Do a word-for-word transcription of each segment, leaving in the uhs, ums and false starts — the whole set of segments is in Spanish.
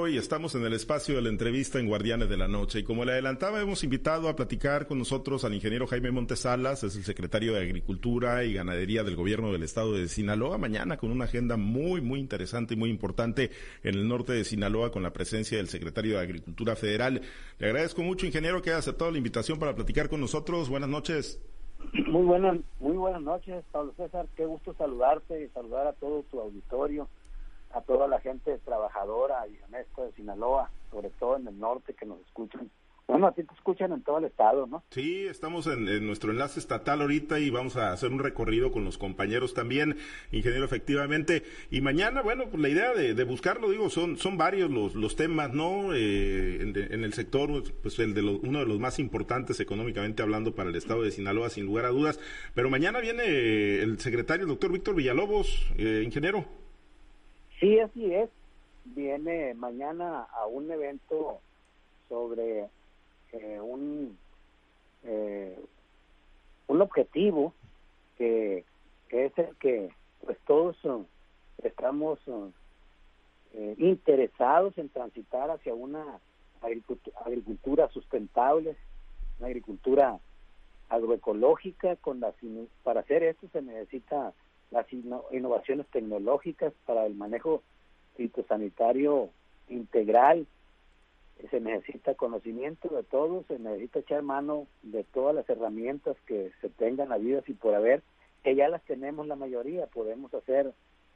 hoy estamos en el espacio de la entrevista en Guardianes de la Noche y como le adelantaba hemos invitado a platicar con nosotros al ingeniero Jaime Montesalas, es el secretario de Agricultura y Ganadería del Gobierno del Estado de Sinaloa, mañana con una agenda muy muy interesante y muy importante en el norte de Sinaloa con la presencia del secretario de Agricultura Federal. Le agradezco mucho, ingeniero, que haya aceptado la invitación para platicar con nosotros. Buenas noches. Muy buenas, muy buenas noches, Pablo César, qué gusto saludarte y saludar a todo tu auditorio, a toda la gente trabajadora y honesta de Sinaloa, sobre todo en el norte que nos escuchan. Bueno, a ti te escuchan en todo el estado, ¿no? Sí, estamos en, en nuestro enlace estatal ahorita y vamos a hacer un recorrido con los compañeros también, ingeniero, efectivamente. Y mañana, bueno, pues la idea de, de buscarlo, digo, son son varios los los temas, ¿no? Eh, en, en el sector, pues el de lo, uno de los más importantes económicamente hablando para el estado de Sinaloa, sin lugar a dudas. Pero mañana viene el secretario, el doctor Víctor Villalobos, eh, ingeniero. Sí, así es. Viene mañana a un evento sobre eh, un eh, un objetivo que, que es el que pues todos uh, estamos uh, eh, interesados en transitar hacia una agricultura, agricultura sustentable, una agricultura agroecológica. Con las para hacer esto se necesita las innovaciones tecnológicas para el manejo fitosanitario integral. Se necesita conocimiento de todo, se necesita echar mano de todas las herramientas que se tengan habidas y por haber, que ya las tenemos la mayoría. Podemos hacer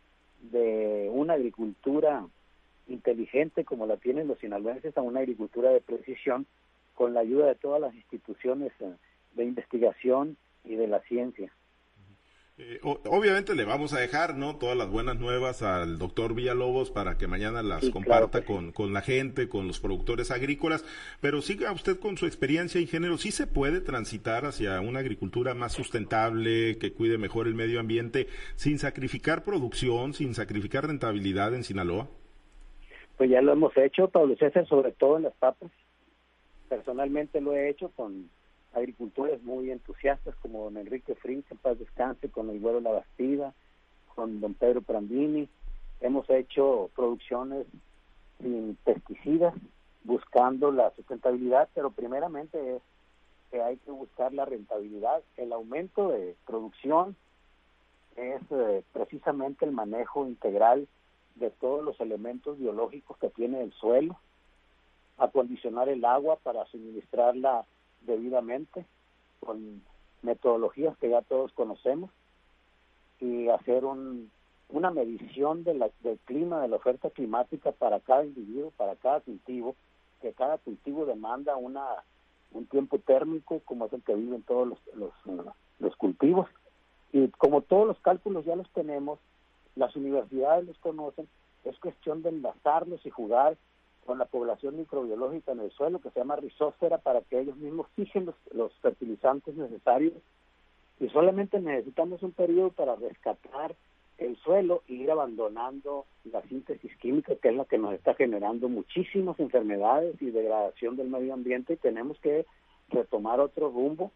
de una agricultura inteligente como la tienen los sinaloenses a una agricultura de precisión con la ayuda de todas las instituciones de investigación y de la ciencia. Eh, obviamente le vamos a dejar, ¿no?, todas las buenas nuevas al doctor Villalobos para que mañana las sí, comparta claro con, sí. con la gente, con los productores agrícolas, pero siga usted con su experiencia, ingeniero, ¿sí se puede transitar hacia una agricultura más sustentable, que cuide mejor el medio ambiente, sin sacrificar producción, sin sacrificar rentabilidad en Sinaloa? Pues ya lo hemos hecho, Pablo César, sobre todo en las papas. Personalmente lo he hecho con agricultores muy entusiastas como don Enrique Frin, en paz descanse, con el Güero La Bastida, con don Pedro Prandini. Hemos hecho producciones sin pesticidas, buscando la sustentabilidad, pero primeramente es que hay que buscar la rentabilidad. El aumento de producción es eh, precisamente el manejo integral de todos los elementos biológicos que tiene el suelo, acondicionar el agua para suministrarla debidamente con metodologías que ya todos conocemos y hacer un, una medición de la, del clima, de la oferta climática para cada individuo, para cada cultivo, que cada cultivo demanda una un tiempo térmico como es el que viven todos los, los, los cultivos, y como todos los cálculos ya los tenemos, las universidades los conocen, es cuestión de enlazarlos y jugar con la población microbiológica en el suelo, que se llama rizósfera, para que ellos mismos fijen los, los fertilizantes necesarios, y solamente necesitamos un periodo para rescatar el suelo e ir abandonando la síntesis química, que es la que nos está generando muchísimas enfermedades y degradación del medio ambiente, y tenemos que retomar otro rumbo,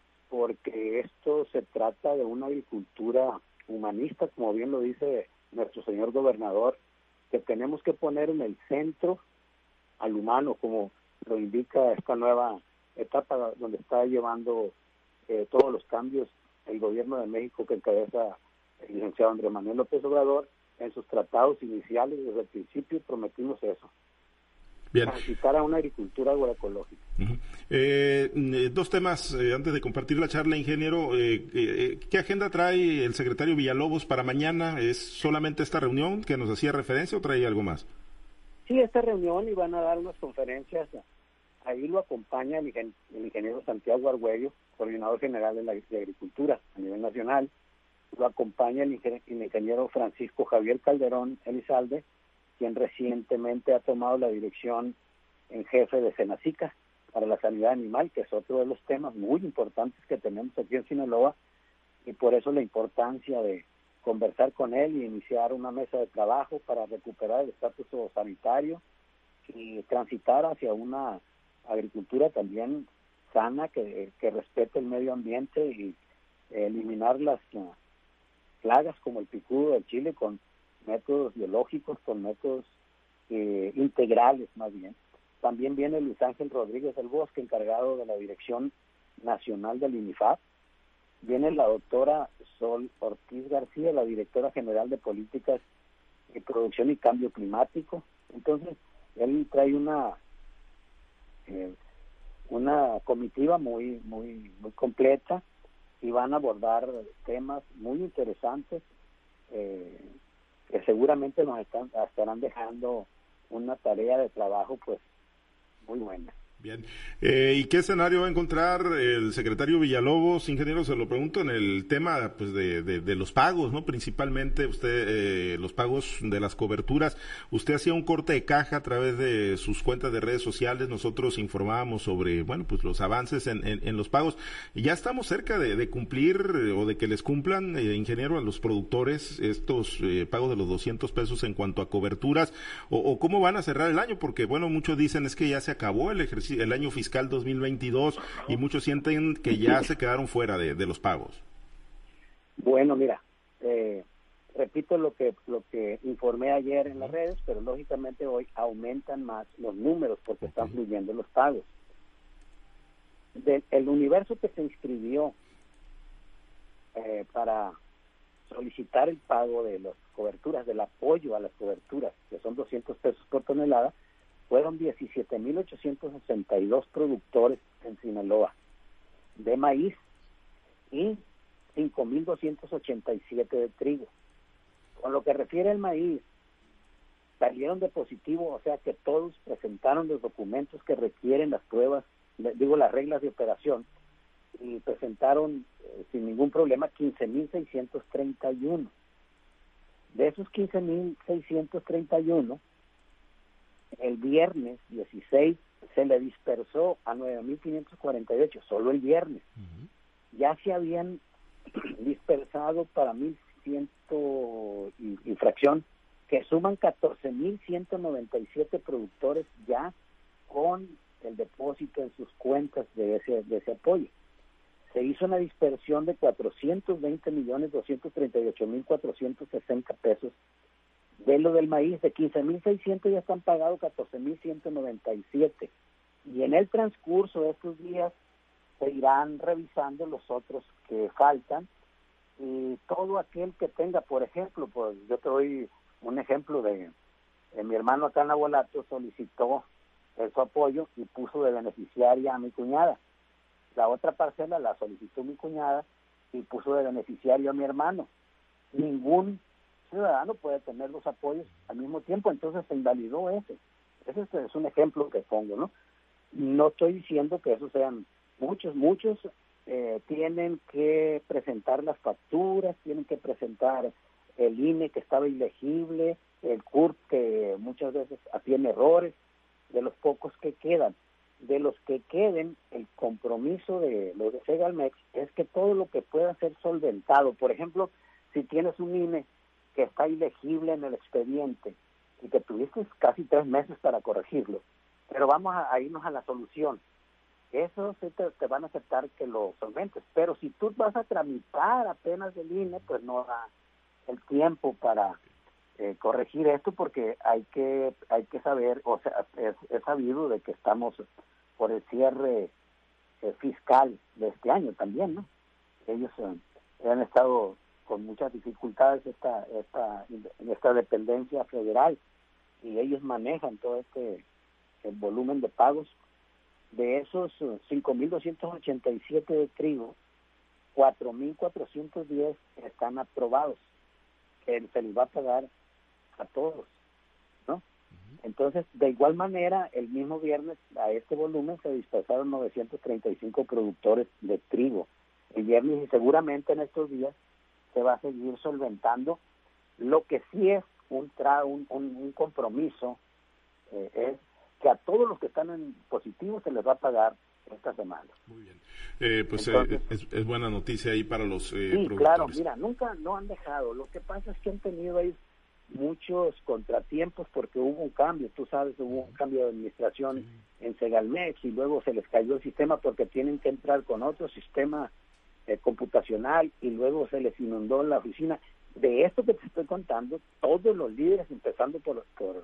porque esto se trata de una agricultura humanista, como bien lo dice nuestro señor gobernador, que tenemos que poner en el centro al humano, como lo indica esta nueva etapa donde está llevando eh, todos los cambios el gobierno de México que encabeza el licenciado Andrés Manuel López Obrador. En sus tratados iniciales desde el principio prometimos eso. Bien. Transitar a una agricultura agroecológica. Uh-huh. eh, dos temas eh, antes de compartir la charla, ingeniero. Eh, eh, ¿Qué agenda trae el secretario Villalobos para mañana? ¿Es solamente esta reunión que nos hacía referencia o trae algo más? Sí, esta reunión, y van a dar unas conferencias. Ahí lo acompaña el, ingen- el ingeniero Santiago Argüello, coordinador general de la de Agricultura a nivel nacional. Lo acompaña el, ingen- el ingeniero Francisco Javier Calderón Elizalde, quien recientemente ha tomado la dirección en jefe de Senacica para la sanidad animal, que es otro de los temas muy importantes que tenemos aquí en Sinaloa, y por eso la importancia de conversar con él y iniciar una mesa de trabajo para recuperar el estatus sanitario y transitar hacia una agricultura también sana, que, que respete el medio ambiente y eliminar las uh, plagas como el picudo del chile con métodos biológicos, con métodos eh, integrales más bien. También viene Luis Ángel Rodríguez del Bosque, encargado de la Dirección Nacional del INIFAP. Viene la doctora Sol Ortiz García, la directora general de Políticas de Producción y Cambio Climático. Entonces, él trae una eh, una comitiva muy muy muy completa y van a abordar temas muy interesantes eh, que seguramente nos están, estarán dejando una tarea de trabajo pues muy buena. Bien. Eh, ¿Y qué escenario va a encontrar el secretario Villalobos, ingeniero? Se lo pregunto en el tema pues de, de, de los pagos, ¿no? Principalmente usted, eh, los pagos de las coberturas. Usted hacía un corte de caja a través de sus cuentas de redes sociales. Nosotros informábamos sobre, bueno, pues los avances en, en, en los pagos. Y ya estamos cerca de, de cumplir eh, o de que les cumplan, eh, ingeniero, a los productores estos eh, pagos de los doscientos pesos en cuanto a coberturas. O, o cómo van a cerrar el año, porque, bueno, muchos dicen es que ya se acabó el ejercicio el año fiscal dos mil veintidós y muchos sienten que ya se quedaron fuera de, de los pagos. Bueno, mira, eh, repito lo que lo que informé ayer en las redes, pero lógicamente hoy aumentan más los números porque okay. están fluyendo los pagos. Del el universo que se inscribió eh, para solicitar el pago de las coberturas, del apoyo a las coberturas, que son doscientos pesos por tonelada, fueron diecisiete mil ochocientos sesenta y dos productores en Sinaloa de maíz y cinco mil doscientos ochenta y siete de trigo. Con lo que refiere al maíz, salieron de positivo, o sea que todos presentaron los documentos que requieren las pruebas, digo las reglas de operación, y presentaron eh, sin ningún problema quince mil seiscientos treinta y uno. De esos quince mil seiscientos treinta y uno, el viernes dieciséis se le dispersó a nueve mil quinientos cuarenta y ocho, solo el viernes. Uh-huh. Ya se habían dispersado para mil cien y, y fracción, que suman catorce mil ciento noventa y siete productores ya con el depósito en sus cuentas de ese, de ese apoyo. Se hizo una dispersión de cuatrocientos veinte millones doscientos treinta y ocho mil cuatrocientos sesenta pesos. De lo del maíz, de quince mil seiscientos ya están pagados catorce mil ciento noventa y siete. Y en el transcurso de estos días se irán revisando los otros que faltan. Y todo aquel que tenga, por ejemplo, pues yo te doy un ejemplo de, de mi hermano acá en Agualato, solicitó su apoyo y puso de beneficiaria a mi cuñada. La otra parcela la solicitó mi cuñada y puso de beneficiario a mi hermano. Ningún ciudadano puede tener los apoyos al mismo tiempo, entonces se invalidó ese. Ese es un ejemplo que pongo, ¿no? No estoy diciendo que esos sean muchos, muchos eh, tienen que presentar las facturas, tienen que presentar el I N E que estaba ilegible, el C U R P que muchas veces tiene errores, de los pocos que quedan. De los que queden, el compromiso de los de Segalmex es que todo lo que pueda ser solventado, por ejemplo, si tienes un I N E que está ilegible en el expediente y que tuviste casi tres meses para corregirlo, pero vamos a, a irnos a la solución. Eso sí te, te van a aceptar que lo solventes, pero si tú vas a tramitar apenas el I N E, pues no da el tiempo para eh, corregir esto, porque hay que hay que saber, o sea, es, es sabido de que estamos por el cierre eh, fiscal de este año también, ¿no? Ellos eh, han estado con muchas dificultades esta esta esta dependencia federal y ellos manejan todo este el volumen de pagos. De esos uh, cinco mil doscientos ochenta y siete de trigo, cuatro mil cuatrocientos diez están aprobados, que se les va a pagar a todos, ¿no? Uh-huh. Entonces, de igual manera, el mismo viernes a este volumen se dispersaron novecientos treinta y cinco productores de trigo el viernes, y seguramente en estos días se va a seguir solventando. Lo que sí es un, tra un, un, un compromiso eh, es que a todos los que están en positivo se les va a pagar esta semana. Muy bien. Eh, pues Entonces, eh, es, es buena noticia ahí para los eh, sí, productores. Claro, mira, nunca no han dejado. Lo que pasa es que han tenido ahí muchos contratiempos porque hubo un cambio. Tú sabes, hubo un cambio de administración sí. en Segalmex y luego se les cayó el sistema porque tienen que entrar con otro sistema eh, computacional y luego se les inundó la oficina. De esto que te estoy contando, todos los líderes, empezando por, por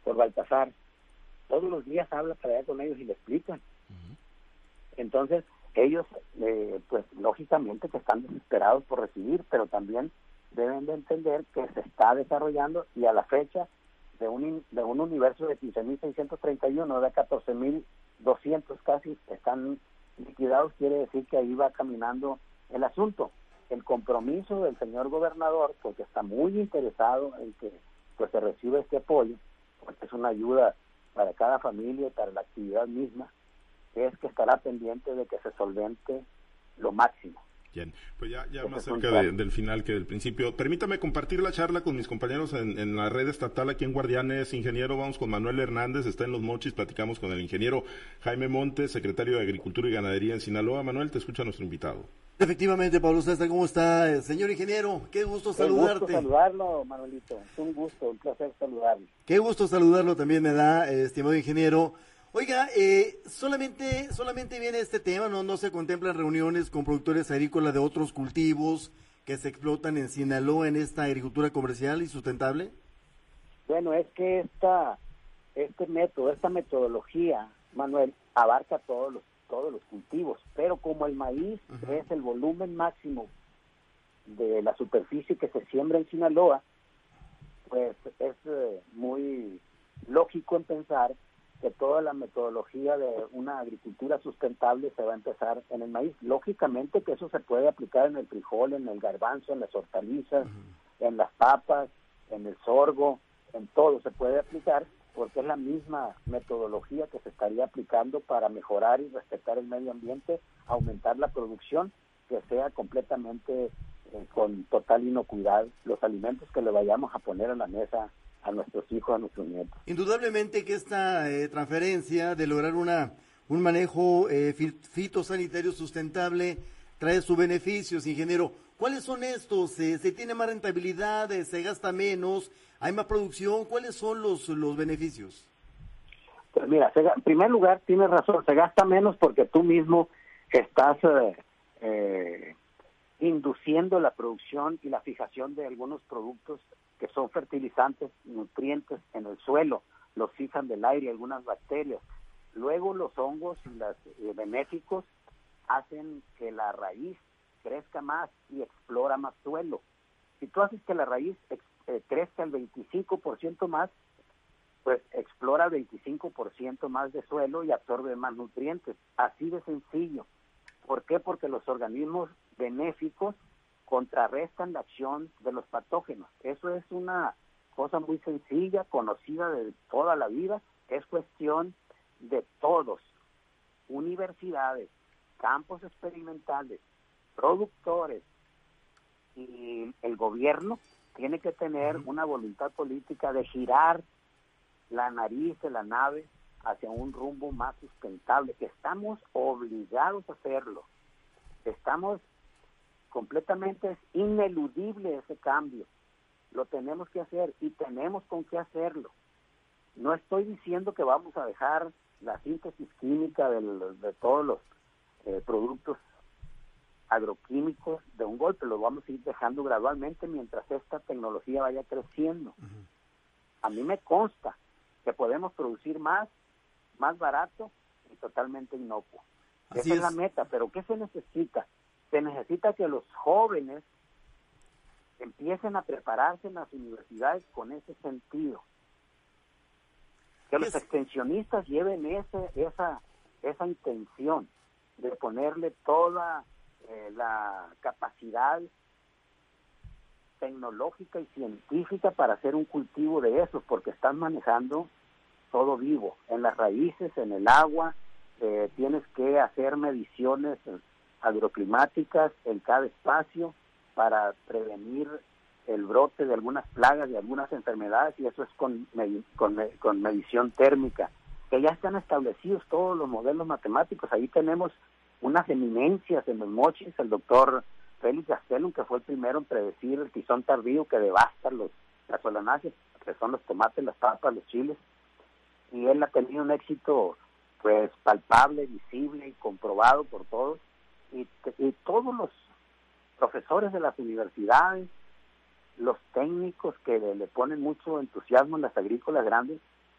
por Baltasar, todos los días habla para allá con ellos y le explican. Uh-huh. Entonces, ellos, eh, pues lógicamente que están desesperados por recibir, pero también deben de entender que se está desarrollando y a la fecha de un, de un universo de quince mil seiscientos treinta y uno, de catorce mil doscientos casi están liquidados, quiere decir que ahí va caminando el asunto. El compromiso del señor gobernador, porque está muy interesado en que pues se reciba este apoyo, porque es una ayuda para cada familia y para la actividad misma, es que estará pendiente de que se solvente lo máximo. Bien, pues ya, ya más cerca de, del final que del principio. Permítame compartir la charla con mis compañeros en, en la red estatal aquí en Guardianes. Ingeniero, vamos con Manuel Hernández, está en Los Mochis, platicamos con el ingeniero Jaime Montes, secretario de Agricultura y Ganadería en Sinaloa. Manuel, te escucha nuestro invitado. Efectivamente, Pablo César, ¿cómo está? Señor ingeniero, qué gusto saludarte. Qué gusto saludarlo, Manuelito, es un gusto, un placer saludarlo. Qué gusto saludarlo también me da, eh, estimado ingeniero. Oiga, eh, solamente solamente viene este tema, ¿no? No se contemplan reuniones con productores agrícolas de otros cultivos que se explotan en Sinaloa en esta agricultura comercial y sustentable. Bueno, es que esta, este método, esta metodología, Manuel, abarca todos los todos los cultivos, pero como el maíz uh-huh. es el volumen máximo de la superficie que se siembra en Sinaloa, pues es eh, muy lógico en pensar que toda la metodología de una agricultura sustentable se va a empezar en el maíz. Lógicamente que eso se puede aplicar en el frijol, en el garbanzo, en las hortalizas, uh-huh. en las papas, en el sorgo, en todo se puede aplicar, porque es la misma metodología que se estaría aplicando para mejorar y respetar el medio ambiente, aumentar la producción, que sea completamente eh, con total inocuidad los alimentos que le vayamos a poner a la mesa a nuestros hijos, a nuestros nietos. Indudablemente que esta eh, transferencia de lograr una un manejo eh, fitosanitario sustentable trae sus beneficios, ingeniero. ¿Cuáles son estos? Eh, ¿Se tiene más rentabilidad? Eh, ¿Se gasta menos? ¿Hay más producción? ¿Cuáles son los, los beneficios? Pues mira, se, en primer lugar, tienes razón, se gasta menos porque tú mismo estás eh, eh, induciendo la producción y la fijación de algunos productos que son fertilizantes, nutrientes en el suelo, los fijan del aire algunas bacterias. Luego los hongos y los eh, benéficos hacen que la raíz crezca más y explora más suelo. Si tú haces que la raíz eh, crezca el veinticinco por ciento más, pues explora el veinticinco por ciento más de suelo y absorbe más nutrientes. Así de sencillo. ¿Por qué? Porque los organismos benéficos contrarrestan la acción de los patógenos. Eso es una cosa muy sencilla, conocida de toda la vida. Es cuestión de todos, universidades, campos experimentales, productores y el gobierno tiene que tener una voluntad política de girar la nariz de la nave hacia un rumbo más sustentable. Estamos obligados a hacerlo. Estamos completamente, es ineludible ese cambio. Lo tenemos que hacer y tenemos con qué hacerlo. No estoy diciendo que vamos a dejar la síntesis química de, de todos los eh, productos agroquímicos de un golpe, lo vamos a ir dejando gradualmente mientras esta tecnología vaya creciendo. Uh-huh. A mí me consta que podemos producir más, más barato y totalmente inocuo. Así Esa es. es la meta, pero ¿qué se necesita? Se necesita que los jóvenes empiecen a prepararse en las universidades con ese sentido. Que los extensionistas lleven ese, esa, esa intención de ponerle toda eh, la capacidad tecnológica y científica para hacer un cultivo de esos, porque están manejando todo vivo, en las raíces, en el agua, eh, tienes que hacer mediciones agroclimáticas en cada espacio para prevenir el brote de algunas plagas, de algunas enfermedades, y eso es con, con, con medición térmica, que ya están establecidos todos los modelos matemáticos. Ahí tenemos unas eminencias en los mochis, el doctor Félix Gastelum, que fue el primero en predecir el tizón tardío que devasta los, las solanáceas, que son los tomates, las papas, los chiles, y él ha tenido un éxito pues palpable, visible y comprobado por todos, y, y todos los profesores de las universidades, los técnicos que le, le ponen mucho entusiasmo en las agrícolas grandes,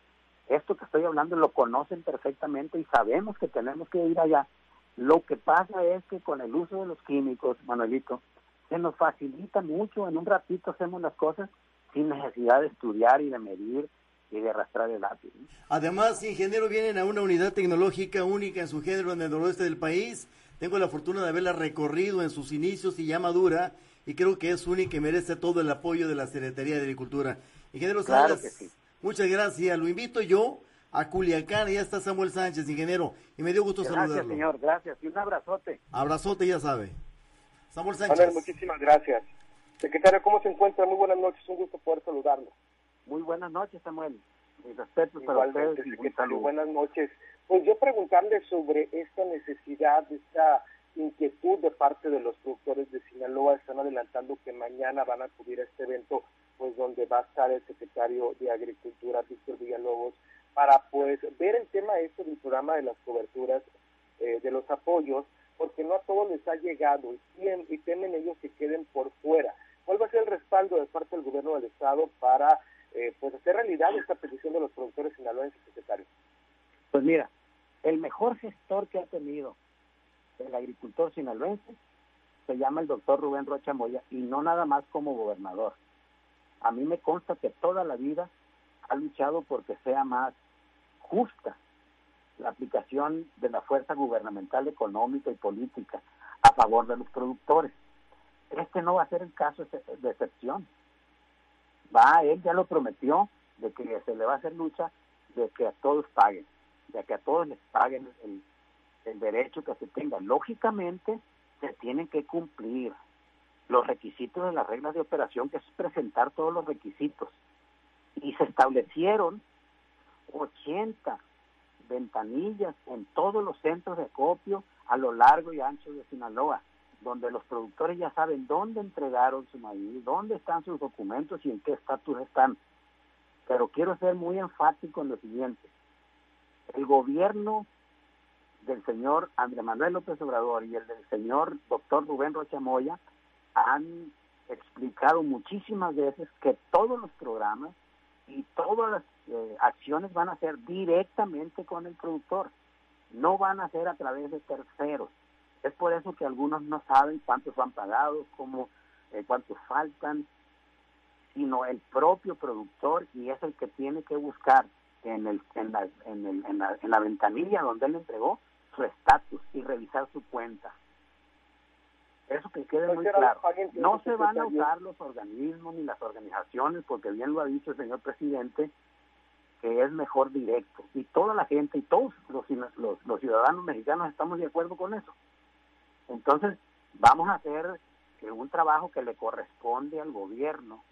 esto que estoy hablando lo conocen perfectamente y sabemos que tenemos que ir allá. Lo que pasa es que con el uso de los químicos, Manuelito, se nos facilita mucho, en un ratito hacemos las cosas sin necesidad de estudiar y de medir y de arrastrar el lápiz. Además, ingeniero, vienen a una unidad tecnológica única en su género en el noroeste del país. Tengo la fortuna de haberla recorrido en sus inicios y ya madura, y creo que es única y merece todo el apoyo de la Secretaría de Agricultura. Ingeniero Claro Salas, que sí. muchas gracias. Lo invito yo a Culiacán, ya está Samuel Sánchez, ingeniero, y me dio gusto Gracias, saludarlo. señor, gracias. Y un abrazote. Abrazote, ya sabe. Samuel Sánchez. Manuel, muchísimas gracias. Secretario, ¿cómo se encuentra? Muy buenas noches, un gusto poder saludarlo. Muy buenas noches, Samuel. Mis respetos para Igualmente, ustedes y un secretario, saludo. buenas noches. Pues yo preguntarle sobre esta necesidad, esta inquietud de parte de los productores de Sinaloa. Están adelantando que mañana van a acudir a este evento, pues donde va a estar el secretario de Agricultura, Víctor Villalobos, para pues ver el tema este del programa de las coberturas, eh, de los apoyos, porque no a todos les ha llegado y, y temen ellos que queden por fuera. ¿Cuál va a ser el respaldo de parte del gobierno del estado para eh, pues hacer realidad esta petición de los productores sinaloenses, secretario? Pues mira, el mejor gestor que ha tenido el agricultor sinaloense se llama el doctor Rubén Rocha Moya, y no nada más como gobernador. A mí me consta que toda la vida ha luchado porque sea más justa la aplicación de la fuerza gubernamental, económica y política a favor de los productores. Este no va a ser el caso de excepción. Va, él ya lo prometió, de que se le va a hacer lucha de que a todos paguen, de que a todos les paguen el, el derecho que se tenga. Lógicamente, se tienen que cumplir los requisitos de las reglas de operación, que es presentar todos los requisitos. Y se establecieron ochenta ventanillas en todos los centros de acopio a lo largo y ancho de Sinaloa, donde los productores ya saben dónde entregaron su maíz, dónde están sus documentos y en qué estatus están. Pero quiero ser muy enfático en lo siguiente. El gobierno del señor Andrés Manuel López Obrador y el del señor doctor Rubén Rocha Moya han explicado muchísimas veces que todos los programas y todas las eh, acciones van a ser directamente con el productor, no van a ser a través de terceros. Es por eso que algunos no saben cuántos han pagado, cómo, eh, cuántos faltan, sino el propio productor, y es el que tiene que buscar en, el, en, la, en, el, en, la, en la ventanilla donde él entregó su estatus y revisar su cuenta. Eso que quede muy claro. No se van a usar los organismos ni las organizaciones, porque bien lo ha dicho el señor presidente, que es mejor directo. Y toda la gente y todos los, los, los ciudadanos mexicanos estamos de acuerdo con eso. Entonces, vamos a hacer un trabajo que le corresponde al gobierno,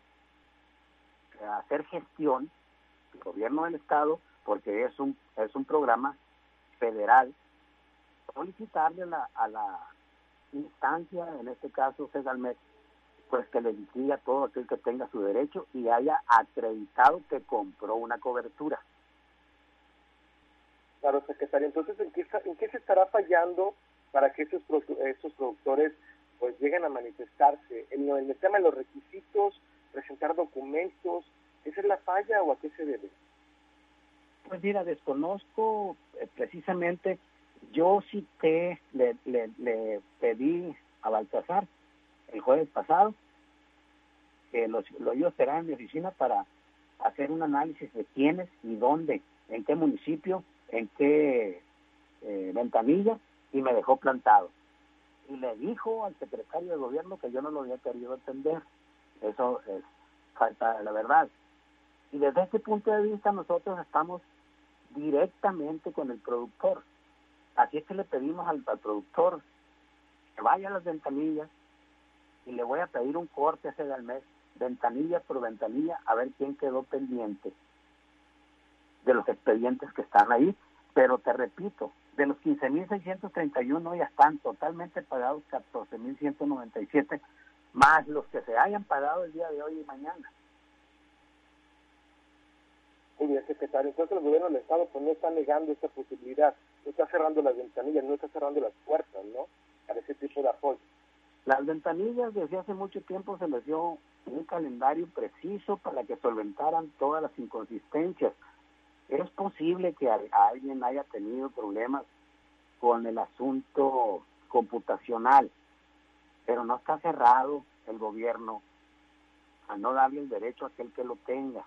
hacer gestión, el gobierno del estado, porque es un es un programa federal, solicitarle a la, a la instancia, en este caso Segalmex, pues que le diga a todo aquel que tenga su derecho y haya acreditado que compró una cobertura. Claro, secretario. Entonces, ¿en qué, en qué se estará fallando para que esos, esos productores pues lleguen a manifestarse? ¿En, en el tema de los requisitos, presentar documentos, esa es la falla o a qué se debe? Pues mira, desconozco eh, precisamente. Yo cité, le, le, le pedí a Baltasar el jueves pasado que lo, lo iba a esperar en mi oficina para hacer un análisis de quiénes y dónde, en qué municipio, en qué eh, ventanilla, y me dejó plantado. Y le dijo al secretario de gobierno que yo no lo había querido entender. Eso es falta de la verdad. Y desde ese punto de vista nosotros estamos directamente con el productor. Así es que le pedimos al, al productor que vaya a las ventanillas y le voy a pedir un corte ese del mes, ventanilla por ventanilla, a ver quién quedó pendiente de los expedientes que están ahí. Pero te repito, de los quince mil seiscientos treinta y uno ya están totalmente pagados catorce mil ciento noventa y siete, más los que se hayan pagado el día de hoy y mañana. Muy bien, secretario. Entonces el gobierno del estado pues no está negando esta posibilidad, no está cerrando las ventanillas, no está cerrando las puertas, ¿no?, para ese tipo de apoyo. Las ventanillas desde hace mucho tiempo se les dio un calendario preciso para que solventaran todas las inconsistencias. Es posible que a, a alguien haya tenido problemas con el asunto computacional, pero no está cerrado el gobierno a no darle el derecho a aquel que lo tenga.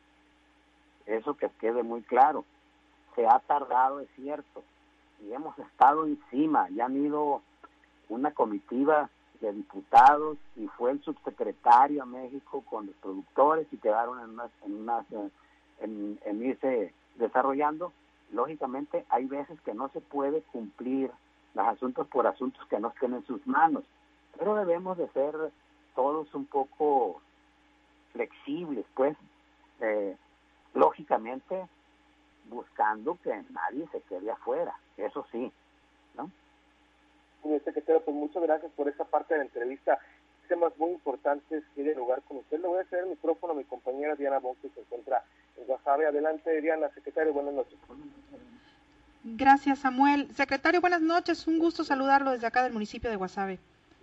Eso que quede muy claro. Se ha tardado, es cierto, y hemos estado encima. Ya han ido una comitiva de diputados y fue el subsecretario a México con los productores y quedaron en unas, en unas en, en irse desarrollando. Lógicamente hay veces que no se puede cumplir los asuntos por asuntos que no estén en sus manos, pero debemos de ser todos un poco flexibles, pues, eh, lógicamente buscando que nadie se quede afuera, eso sí, ¿no? Señor secretario, pues muchas gracias por esa parte de la entrevista. Temas muy importantes que dialogar con usted. Le voy a ceder el micrófono a mi compañera Diana Bon, que se encuentra en Guasave. Adelante, Diana. Secretario, buenas noches. Gracias, Samuel. Secretario, buenas noches. Un gusto saludarlo desde acá del municipio de Guasave.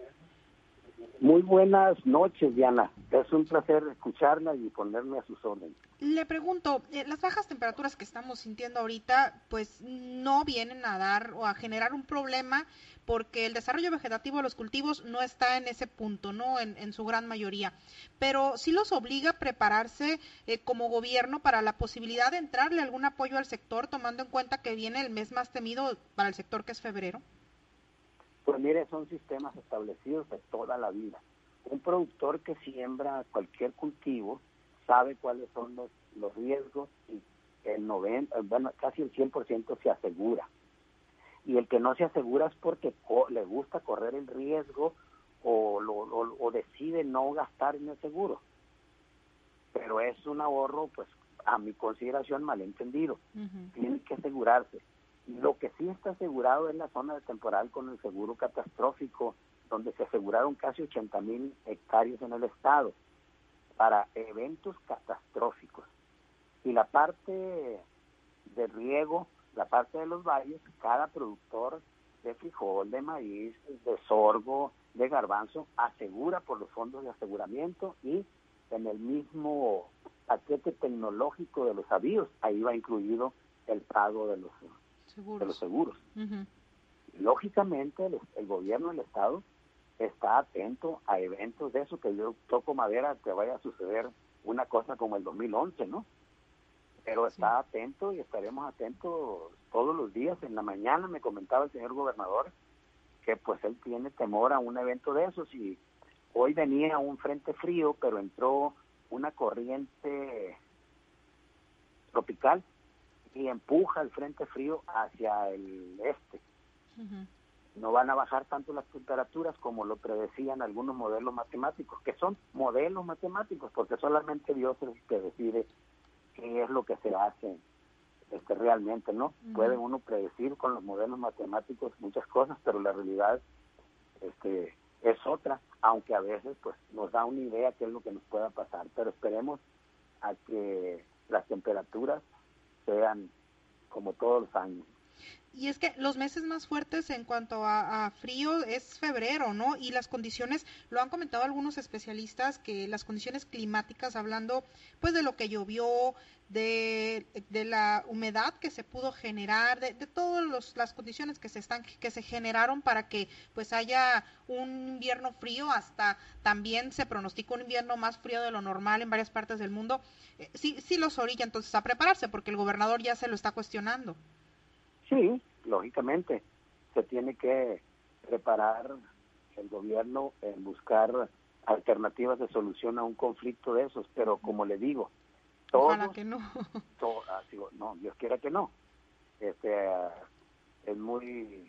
Muy buenas noches, Diana. Es un placer escucharla y ponerme a sus órdenes. Le pregunto, eh, las bajas temperaturas que estamos sintiendo ahorita, pues no vienen a dar o a generar un problema porque el desarrollo vegetativo de los cultivos no está en ese punto, ¿no? En, en su gran mayoría. Pero sí los obliga a prepararse eh, como gobierno para la posibilidad de entrarle algún apoyo al sector, tomando en cuenta que viene el mes más temido para el sector, que es febrero. Pues mire, son sistemas establecidos de toda la vida. Un productor que siembra cualquier cultivo sabe cuáles son los, los riesgos y el noventa, bueno, casi el cien por ciento se asegura. Y el que no se asegura es porque co- le gusta correr el riesgo o, lo, o, o decide no gastar en el seguro. Pero es un ahorro, pues, a mi consideración, malentendido. Uh-huh. Tiene que asegurarse. Lo que sí está asegurado es la zona de temporal con el seguro catastrófico, donde se aseguraron casi ochenta mil hectáreas en el estado para eventos catastróficos. Y la parte de riego, la parte de los valles, cada productor de frijol, de maíz, de sorgo, de garbanzo, asegura por los fondos de aseguramiento y en el mismo paquete tecnológico de los avíos, ahí va incluido el pago de los seguros. De los seguros. Uh-huh. Lógicamente, el, el gobierno del estado está atento a eventos de eso, que yo toco madera que vaya a suceder una cosa como el dos mil once, ¿no? Pero está sí. atento y estaremos atentos todos los días. En la mañana me comentaba el señor gobernador que pues él tiene temor a un evento de esos y hoy venía un frente frío, pero entró una corriente tropical y empuja el frente frío hacia el este. Uh-huh. No van a bajar tanto las temperaturas como lo predecían algunos modelos matemáticos, que son modelos matemáticos, porque solamente Dios es el que decide qué es lo que se hace este, realmente, ¿no? Uh-huh. Puede uno predecir con los modelos matemáticos muchas cosas, pero la realidad este, es otra, aunque a veces pues nos da una idea qué es lo que nos pueda pasar, pero esperemos a que las temperaturas sean como todos los años. Y es que los meses más fuertes en cuanto a, a frío es febrero, ¿no? Y las condiciones, lo han comentado algunos especialistas, que las condiciones climáticas, hablando pues de lo que llovió, de, de la humedad que se pudo generar, de, de todas las condiciones que se están que se generaron para que pues haya un invierno frío, hasta también se pronostica un invierno más frío de lo normal en varias partes del mundo, eh, sí, sí los orilla entonces a prepararse, porque el gobernador ya se lo está cuestionando. Sí, lógicamente, se tiene que preparar el gobierno en buscar alternativas de solución a un conflicto de esos, pero como le digo, todos, ojalá que no. To, ah, digo, no, Dios quiera que no. Este, uh, es muy,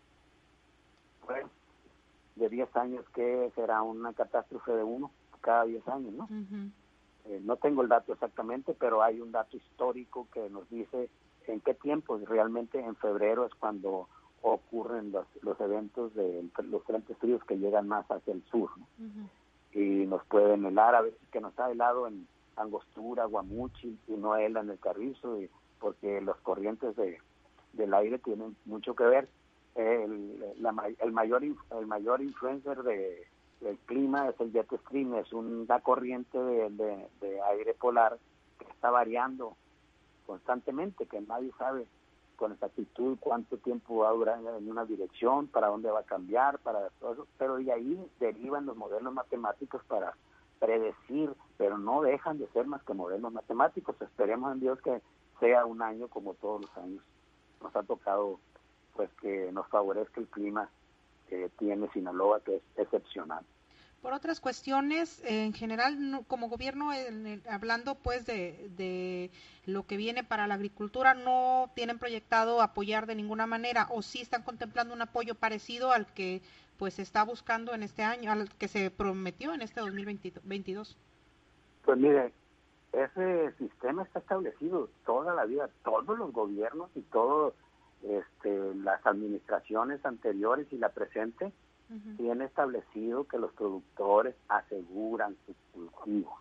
bueno, de diez años que será una catástrofe de uno cada diez años, ¿no? Uh-huh. Eh, no tengo el dato exactamente, pero hay un dato histórico que nos dice en qué tiempo. Realmente en febrero es cuando ocurren los, los eventos de los frentes fríos que llegan más hacia el sur, ¿no? Uh-huh. Y nos pueden helar, a veces que nos ha helado en Angostura, Guamuchil, y no hela en el Carrizo, y porque las corrientes de, del aire tienen mucho que ver. El, la, el mayor el mayor influencer de, del clima es el jet stream, es una corriente de, de, de aire polar que está variando constantemente, que nadie sabe con exactitud cuánto tiempo va a durar en una dirección, para dónde va a cambiar, para todo eso, pero de ahí derivan los modelos matemáticos para predecir, pero no dejan de ser más que modelos matemáticos. Esperemos en Dios que sea un año como todos los años. Nos ha tocado pues que nos favorezca el clima que tiene Sinaloa, que es excepcional. Por otras cuestiones, en general, no, como gobierno, en el, hablando pues de, de lo que viene para la agricultura, ¿no tienen proyectado apoyar de ninguna manera o sí están contemplando un apoyo parecido al que pues se está buscando en este año, al que se prometió en este dos mil veintidós? Pues mire, ese sistema está establecido toda la vida, todos los gobiernos y todas este, las administraciones anteriores y la presente, Uh-huh. tiene establecido que los productores aseguran su cultivo.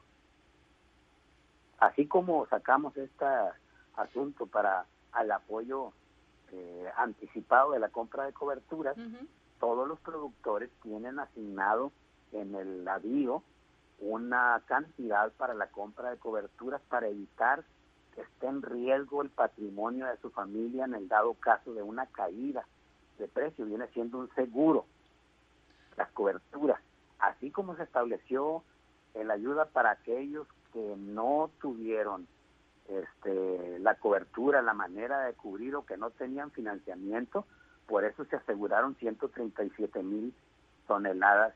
Así como sacamos este asunto para el apoyo eh, anticipado de la compra de coberturas, uh-huh. todos los productores tienen asignado en el avío una cantidad para la compra de coberturas para evitar que esté en riesgo el patrimonio de su familia en el dado caso de una caída de precio. Viene siendo un seguro. Las coberturas, así como se estableció la ayuda para aquellos que no tuvieron este, la cobertura, la manera de cubrir o que no tenían financiamiento, por eso se aseguraron ciento treinta y siete mil toneladas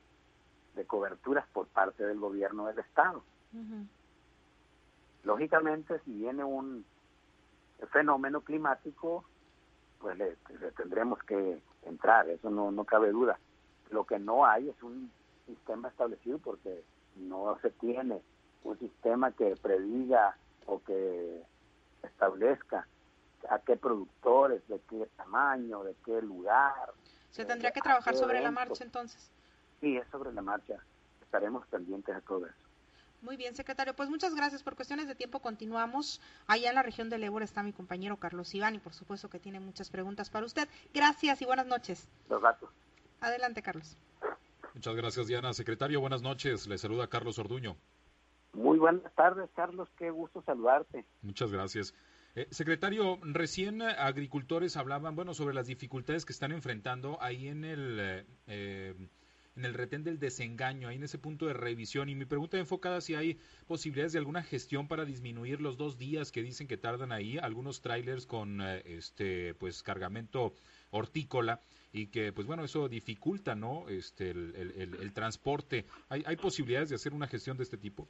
de coberturas por parte del gobierno del estado. Uh-huh. Lógicamente, si viene un fenómeno climático, pues le, le tendremos que entrar, eso no, no cabe duda. Lo que no hay es un sistema establecido porque no se tiene un sistema que prediga o que establezca a qué productores, de qué tamaño, de qué lugar. ¿Se tendría que trabajar sobre la marcha entonces? Sí, es sobre la marcha. Estaremos pendientes de todo eso. Muy bien, secretario. Pues muchas gracias. Por cuestiones de tiempo continuamos. Allá en la región del Ébora está mi compañero Carlos Iván y por supuesto que tiene muchas preguntas para usted. Gracias y buenas noches. Los datos. Adelante, Carlos. Muchas gracias, Diana. Secretario, buenas noches. Le saluda Carlos Orduño. Muy buenas tardes, Carlos. Qué gusto saludarte. Muchas gracias. Eh, secretario, recién agricultores hablaban, bueno, sobre las dificultades que están enfrentando ahí en el eh, en el retén del desengaño, ahí en ese punto de revisión. Y mi pregunta enfocada si hay posibilidades de alguna gestión para disminuir los dos días que dicen que tardan ahí algunos trailers con eh, este pues cargamento hortícola y que pues bueno eso dificulta no este el, el, el transporte. ¿Hay, hay posibilidades de hacer una gestión de este tipo?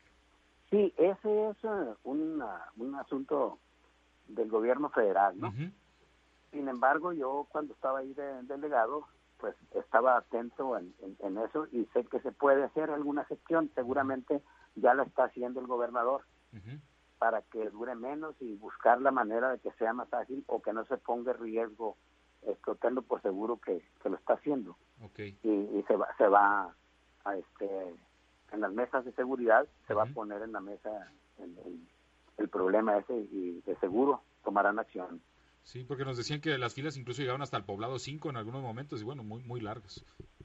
Sí, ese es uh, una, un asunto del gobierno federal, ¿no? Uh-huh. Sin embargo, yo cuando estaba ahí de delegado, pues estaba atento en, en, en eso y sé que se puede hacer alguna gestión. Seguramente ya la está haciendo el gobernador uh-huh. para que dure menos y buscar la manera de que sea más ágil o que no se ponga en riesgo. Esto tengo por seguro que, que lo está haciendo. Okay. Y, y se va, se va a este en las mesas de seguridad se uh-huh. va a poner en la mesa el, el, el problema ese y de seguro tomarán acción. Sí, porque nos decían que las filas incluso llegaban hasta el poblado cinco en algunos momentos y bueno, muy muy largas.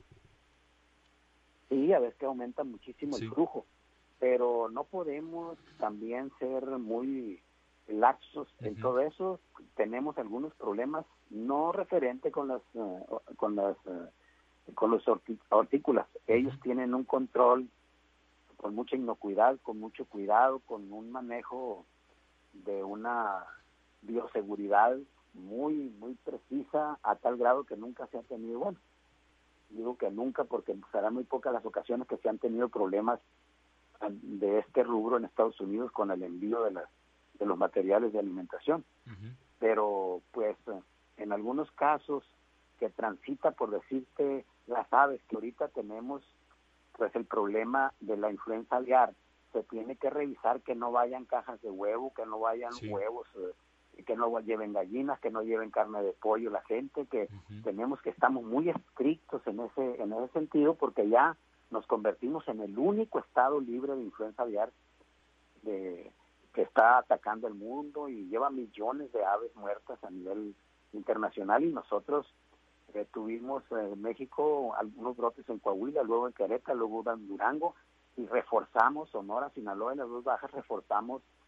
Sí, a veces que aumenta muchísimo sí. el flujo, pero no podemos también ser muy laxos uh-huh. en todo eso. Tenemos algunos problemas no referente con las uh, con las uh, con los hortícolas. Ellos uh-huh. tienen un control con mucha inocuidad, con mucho cuidado, con un manejo de una bioseguridad muy muy precisa a tal grado que nunca se ha tenido, bueno, digo que nunca porque serán muy pocas las ocasiones que se han tenido problemas de este rubro en Estados Unidos con el envío de las de los materiales de alimentación. Uh-huh. Pero pues en algunos casos que transita, por decirte, las aves que ahorita tenemos, pues el problema de la influenza aviar, se tiene que revisar que no vayan cajas de huevo, que no vayan sí. huevos, eh, que no lleven gallinas, que no lleven carne de pollo la gente, que uh-huh. tenemos que estamos muy estrictos en ese en ese sentido porque ya nos convertimos en el único estado libre de influenza aviar de que está atacando el mundo y lleva millones de aves muertas a nivel internacional y nosotros eh, tuvimos en eh, México algunos brotes en Coahuila, luego en Querétaro, luego en Durango y reforzamos Sonora, Sinaloa y las dos bajas reforzamos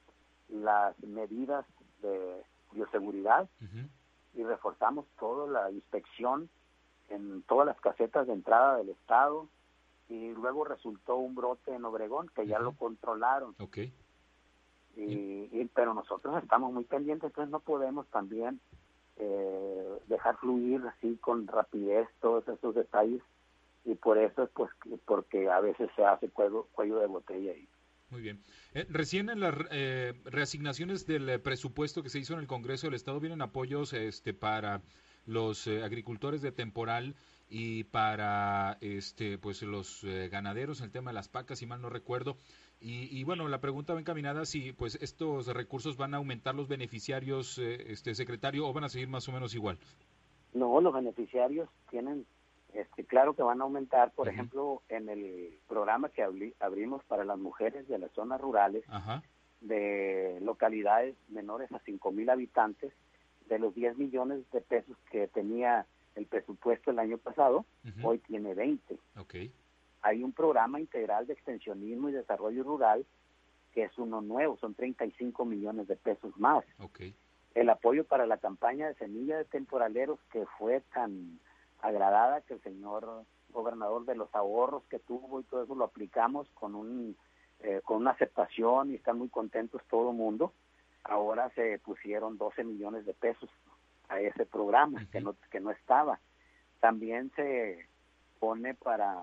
las medidas de bioseguridad Ujú. y reforzamos toda la inspección en todas las casetas de entrada del estado, y luego resultó un brote en Obregón que ya Ujú. lo controlaron. Ok. Y, y- pero nosotros estamos muy pendientes, entonces no podemos también eh, dejar fluir así con rapidez todos esos detalles, y por eso es pues que- porque a veces se hace cuello, cuello de botella ahí. Muy bien. Eh, recién en las eh, reasignaciones del eh, presupuesto que se hizo en el Congreso del Estado vienen apoyos este para los eh, agricultores de temporal y para este pues los eh, ganaderos, el tema de las pacas, si mal no recuerdo. Y, y bueno, la pregunta va encaminada si pues estos recursos van a aumentar los beneficiarios, eh, este secretario, o van a seguir más o menos igual. No, los beneficiarios tienen, este, claro que van a aumentar, por Ujú. ejemplo, en el programa que abri- abrimos para las mujeres de las zonas rurales, Ajá. de localidades menores a cinco mil habitantes, de los diez millones de pesos que tenía el presupuesto el año pasado, Ujú. hoy tiene veinte. Ok. Hay un programa integral de extensionismo y desarrollo rural que es uno nuevo, son treinta y cinco millones de pesos más. Ok. El apoyo para la campaña de semilla de temporaleros, que fue tan agradada que el señor gobernador, de los ahorros que tuvo y todo eso, lo aplicamos con un eh, con una aceptación, y están muy contentos todo el mundo. Ahora se pusieron doce millones de pesos a ese programa, Ujú. que no que no estaba. También se pone para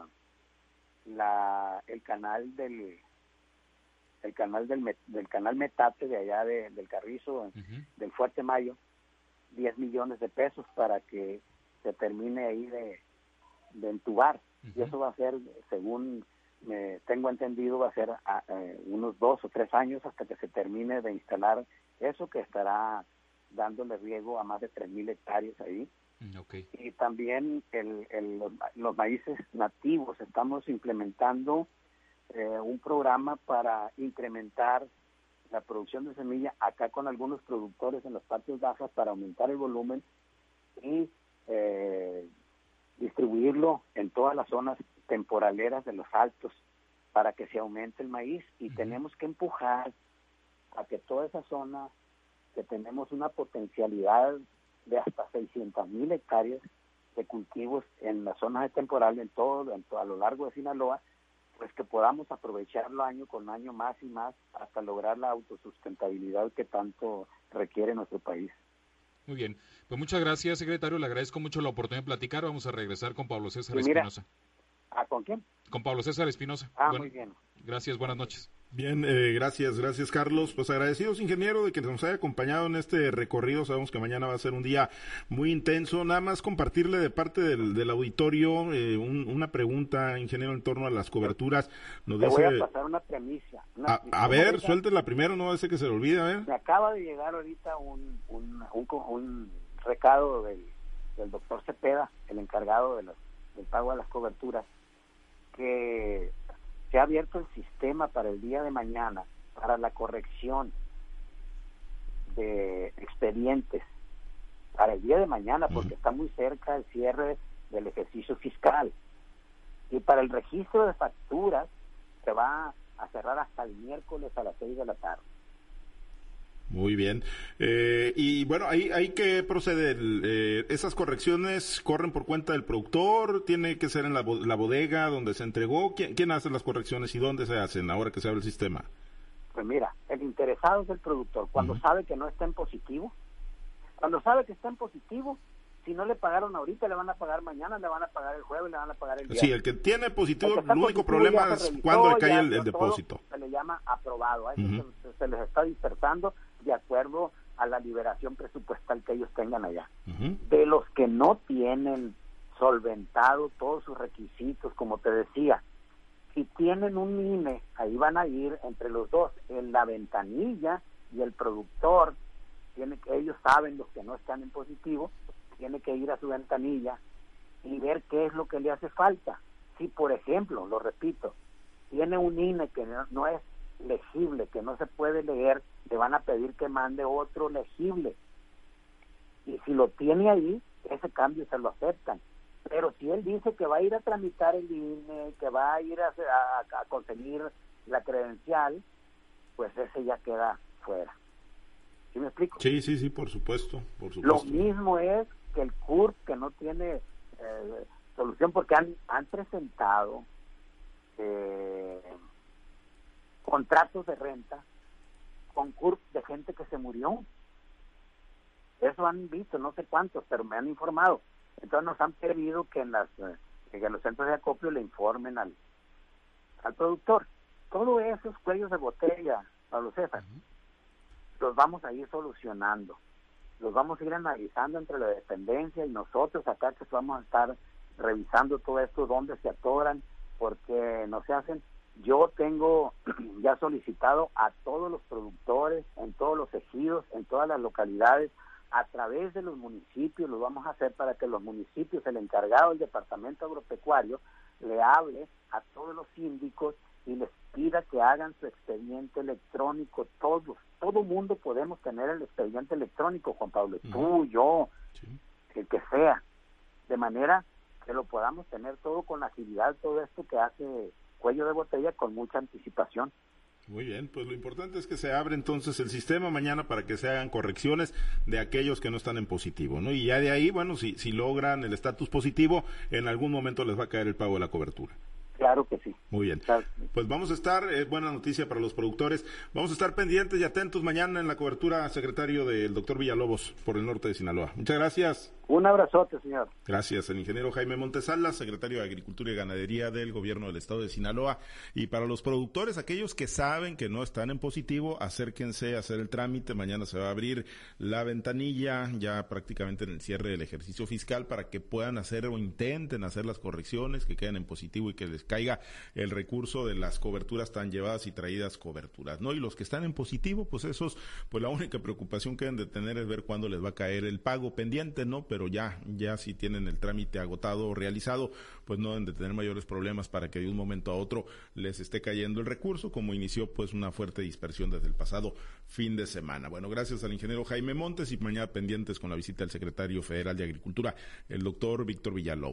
la el canal del el canal del Met- del canal Metate de allá de, del Carrizo, Ujú. del Fuerte Mayo, diez millones de pesos para que se termine ahí de, de entubar. Y Ujú. eso va a ser, según me tengo entendido, va a ser a, eh, unos dos o tres años hasta que se termine de instalar eso, que estará dándole riego a más de tres mil hectáreas ahí. Mm, ok. Y también el, el- los, ma- los maíces nativos. Estamos implementando eh, un programa para incrementar la producción de semilla acá con algunos productores en las partes bajas para aumentar el volumen y eh, distribuirlo en todas las zonas temporaleras de los altos para que se aumente el maíz. Y Ujú. tenemos que empujar a que toda esa zona, que tenemos una potencialidad de hasta seiscientas mil hectáreas de cultivos en las zonas de temporal, en todo, en todo a lo largo de Sinaloa, pues que podamos aprovecharlo año con año más y más hasta lograr la autosustentabilidad que tanto requiere nuestro país. Muy bien. Pues muchas gracias, secretario. Le agradezco mucho la oportunidad de platicar. Vamos a regresar con Pablo César Y mira, Espinosa. ¿a con quién? Con Pablo César Espinosa. Ah, Bueno, muy bien. gracias, buenas noches. Bien, eh, gracias, gracias Carlos. Pues agradecidos, ingeniero, de que nos haya acompañado en este recorrido. Sabemos que mañana va a ser un día muy intenso. Nada más compartirle de parte del, del auditorio eh, un- una pregunta, ingeniero, en torno a las coberturas. Nos Te dice, voy a pasar una premisa. Una, a, a ¿cómo ver, ves? suéltela primero, no ese que se le olvide, a ver. Me acaba de llegar ahorita un, un, un, co- un recado del, del doctor Cepeda, el encargado de los, del pago de las coberturas, que se ha abierto el sistema para el día de mañana para la corrección de expedientes para el día de mañana, porque está muy cerca el cierre del ejercicio fiscal, y para el registro de facturas se va a cerrar hasta el miércoles a las seis de la tarde. Muy bien. Eh, y bueno, ahí hay que proceder. Eh, ¿Esas correcciones corren por cuenta del productor? ¿Tiene que ser en la, bo- la bodega donde se entregó? ¿Quién, quién hace las correcciones y dónde se hacen ahora que se abre el sistema? Pues mira, el interesado es el productor. Cuando Ujú. sabe que no está en positivo, cuando sabe que está en positivo, si no le pagaron ahorita, le van a pagar mañana, le van a pagar el jueves, le van a pagar el viernes. Sí, el que tiene El positivo, que está el único positivo ya problema se es revisó, cuando le cae ya el, el dio todo, depósito. se le llama aprobado. A eso Ujú. se, se les está dispersando de acuerdo a la liberación presupuestal que ellos tengan allá. Ujú. De los que no tienen solventado todos sus requisitos, como te decía, si tienen un I N E, ahí van a ir entre los dos, en la ventanilla y el productor, tiene que, ellos saben, los que no están en positivo, tiene que ir a su ventanilla y ver qué es lo que le hace falta. Si, por ejemplo, lo repito, tiene un I N E que no, no es legible, que no se puede leer, le van a pedir que mande otro legible. Y si lo tiene ahí, ese cambio se lo aceptan. Pero si él dice que va a ir a tramitar el I N E, que va a ir a, a, a conseguir la credencial, pues ese ya queda fuera. ¿Sí me explico? Sí, sí, sí, por supuesto, por supuesto. Lo mismo es que el C U R P, que no tiene eh, solución, porque han, han presentado eh, contratos de renta con C U R P de gente que se murió. Eso han visto, no sé cuántos, pero me han informado. Entonces nos han pedido que en las eh, que los centros de acopio le informen al, al productor. Todos esos cuellos de botella, Pablo César, uh-huh. los vamos a ir solucionando. Los vamos a ir analizando entre la dependencia y nosotros acá, que vamos a estar revisando todo esto, dónde se atoran, porque no se hacen. Yo tengo ya solicitado a todos los productores, en todos los ejidos, en todas las localidades, a través de los municipios, lo vamos a hacer para que los municipios, el encargado del departamento agropecuario, le hable a todos los síndicos y les pida que hagan su expediente electrónico. Todos, todo mundo podemos tener el expediente electrónico, Juan Pablo, uh-huh. tú, yo, sí. el que sea, de manera que lo podamos tener todo con agilidad, todo esto que hace cuello de botella con mucha anticipación. Muy bien, pues lo importante es que se abre entonces el sistema mañana para que se hagan correcciones de aquellos que no están en positivo, ¿no? Y ya de ahí, bueno, si, si logran el estatus positivo, en algún momento les va a caer el pago de la cobertura. Claro que sí. Muy bien. Claro. Pues vamos a estar, eh, buena noticia para los productores, vamos a estar pendientes y atentos mañana en la cobertura, secretario del doctor Villalobos, por el norte de Sinaloa. Muchas gracias. Un abrazote, señor. Gracias, el ingeniero Jaime Montesalas, secretario de Agricultura y Ganadería del Gobierno del Estado de Sinaloa. Y para los productores, aquellos que saben que no están en positivo, acérquense a hacer el trámite. Mañana se va a abrir la ventanilla, ya prácticamente en el cierre del ejercicio fiscal, para que puedan hacer o intenten hacer las correcciones, que queden en positivo y que les caiga el recurso de las coberturas tan llevadas y traídas coberturas, ¿no? Y los que están en positivo, pues esos, pues la única preocupación que deben de tener es ver cuándo les va a caer el pago pendiente, ¿no? Pero ya, ya si tienen el trámite agotado o realizado, pues no deben de tener mayores problemas para que de un momento a otro les esté cayendo el recurso, como inició pues una fuerte dispersión desde el pasado fin de semana. Bueno, gracias al ingeniero Jaime Montes y mañana pendientes con la visita del secretario federal de Agricultura, el doctor Víctor Villalobos.